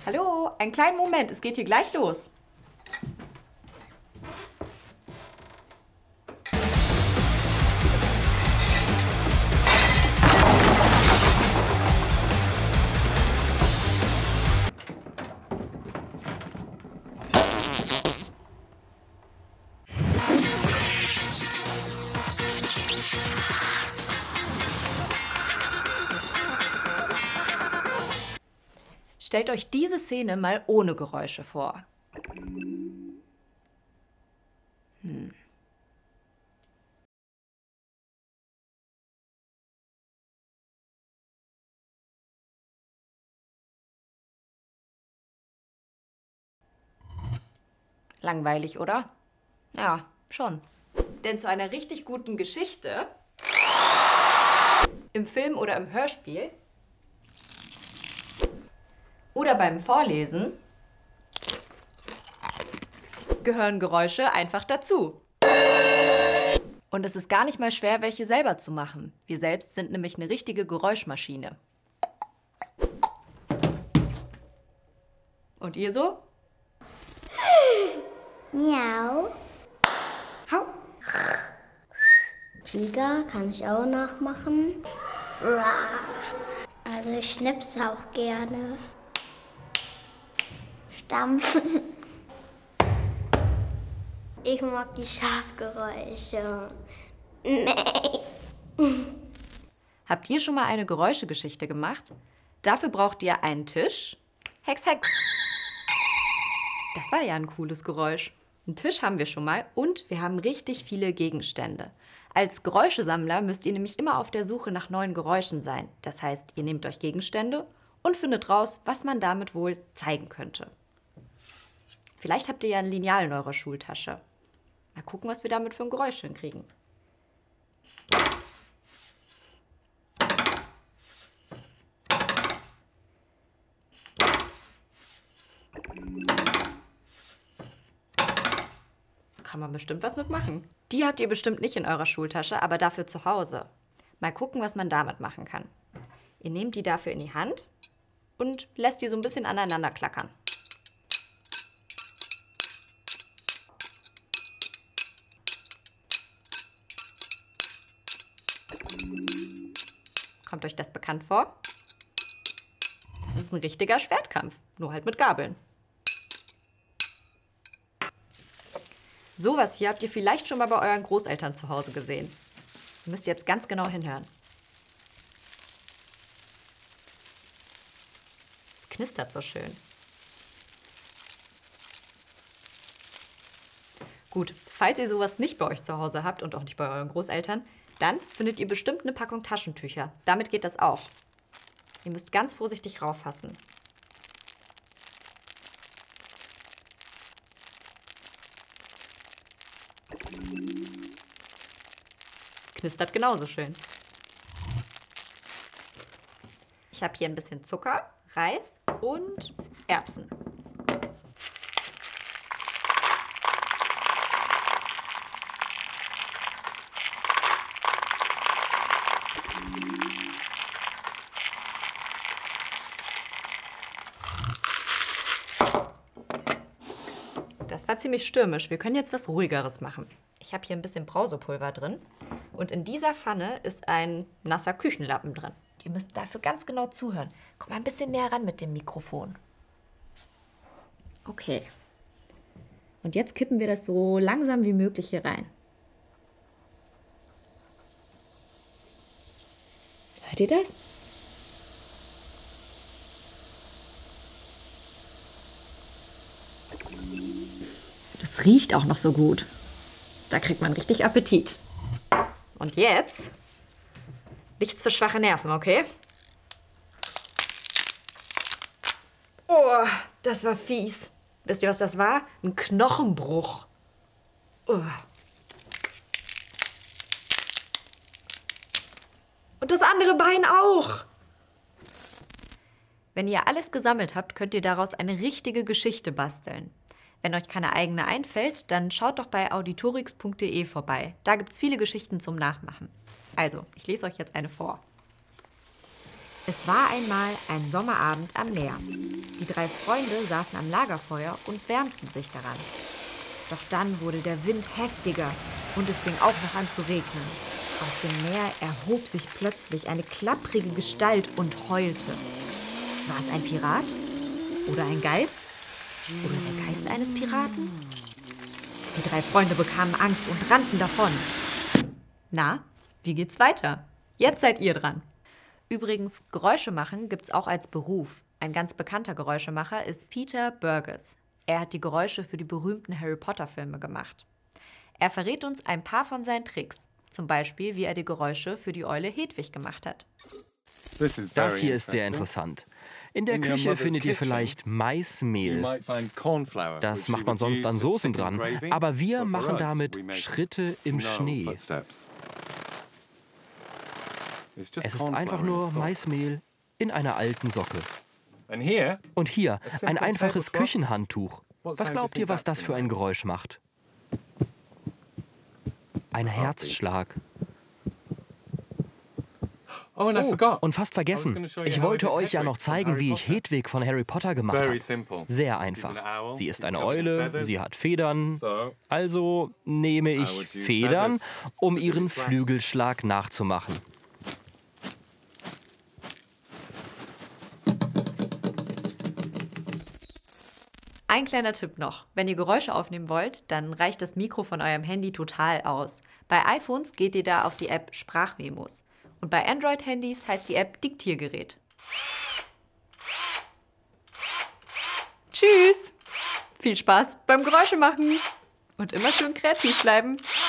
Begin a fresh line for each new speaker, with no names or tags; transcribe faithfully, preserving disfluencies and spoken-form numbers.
Hallo, einen kleinen Moment, es geht hier gleich los. Stellt euch diese Szene mal ohne Geräusche vor. Hm. Langweilig, oder? Ja, schon. Denn zu einer richtig guten Geschichte, im Film oder im Hörspiel oder beim Vorlesen, gehören Geräusche einfach dazu. Und es ist gar nicht mal schwer, welche selber zu machen. Wir selbst sind nämlich eine richtige Geräuschmaschine. Und ihr so?
Miau. Hau. Tiger kann ich auch nachmachen. Also ich schnipse auch gerne. Stampfen. Ich mag die Schafgeräusche.
Habt ihr schon mal eine Geräuschegeschichte gemacht? Dafür braucht ihr einen Tisch. Hex, Hex. Das war ja ein cooles Geräusch. Einen Tisch haben wir schon mal und wir haben richtig viele Gegenstände. Als Geräuschesammler müsst ihr nämlich immer auf der Suche nach neuen Geräuschen sein. Das heißt, ihr nehmt euch Gegenstände und findet raus, was man damit wohl zeigen könnte. Vielleicht habt ihr ja ein Lineal in eurer Schultasche. Mal gucken, was wir damit für ein Geräusch hinkriegen. Kann man bestimmt was mitmachen. Die habt ihr bestimmt nicht in eurer Schultasche, aber dafür zu Hause. Mal gucken, was man damit machen kann. Ihr nehmt die dafür in die Hand und lässt die so ein bisschen aneinander klackern. Kommt euch das bekannt vor? Das ist ein richtiger Schwertkampf, nur halt mit Gabeln. Sowas hier habt ihr vielleicht schon mal bei euren Großeltern zu Hause gesehen. Ihr müsst jetzt ganz genau hinhören. Es knistert so schön. Gut, falls ihr sowas nicht bei euch zu Hause habt und auch nicht bei euren Großeltern, dann findet ihr bestimmt eine Packung Taschentücher. Damit geht das auch. Ihr müsst ganz vorsichtig rauffassen. Knistert genauso schön. Ich habe hier ein bisschen Zucker, Reis und Erbsen. Das war ziemlich stürmisch. Wir können jetzt was Ruhigeres machen. Ich habe hier ein bisschen Brausepulver drin und in dieser Pfanne ist ein nasser Küchenlappen drin. Ihr müsst dafür ganz genau zuhören. Komm mal ein bisschen näher ran mit dem Mikrofon. Okay. Und jetzt kippen wir das so langsam wie möglich hier rein. Hört ihr das? Das riecht auch noch so gut. Da kriegt man richtig Appetit. Und jetzt nichts für schwache Nerven, okay? Oh, das war fies. Wisst ihr, was das war? Ein Knochenbruch. Oh. Und das andere Bein auch. Wenn ihr alles gesammelt habt, könnt ihr daraus eine richtige Geschichte basteln. Wenn euch keine eigene einfällt, dann schaut doch bei auditorix punkt de vorbei. Da gibt es viele Geschichten zum Nachmachen. Also, ich lese euch jetzt eine vor. Es war einmal ein Sommerabend am Meer. Die drei Freunde saßen am Lagerfeuer und wärmten sich daran. Doch dann wurde der Wind heftiger und es fing auch noch an zu regnen. Aus dem Meer erhob sich plötzlich eine klapprige Gestalt und heulte. War es ein Pirat? Oder ein Geist? Oder der Geist eines Piraten? Die drei Freunde bekamen Angst und rannten davon. Na, wie geht's weiter? Jetzt seid ihr dran. Übrigens, Geräusche machen gibt's auch als Beruf. Ein ganz bekannter Geräuschemacher ist Peter Burgess. Er hat die Geräusche für die berühmten Harry-Potter-Filme gemacht. Er verrät uns ein paar von seinen Tricks. Zum Beispiel, wie er die Geräusche für die Eule Hedwig gemacht hat.
Das hier ist sehr interessant. In der Küche findet ihr vielleicht Maismehl. Das macht man sonst an Soßen dran. Aber wir machen damit Schritte im Schnee. Es ist einfach nur Maismehl in einer alten Socke. Und hier ein einfaches Küchenhandtuch. Was glaubt ihr, was das für ein Geräusch macht? Ein Herzschlag. Oh, und fast vergessen. Ich wollte euch ja noch zeigen, wie ich Hedwig von Harry Potter gemacht habe. Sehr einfach. Sie ist eine Eule, sie hat Federn. Also nehme ich Federn, um ihren Flügelschlag nachzumachen.
Ein kleiner Tipp noch. Wenn ihr Geräusche aufnehmen wollt, dann reicht das Mikro von eurem Handy total aus. Bei iPhones geht ihr da auf die App Sprachmemos. Und bei Android-Handys heißt die App Diktiergerät. Tschüss! Viel Spaß beim Geräusche machen! Und immer schön kreativ bleiben!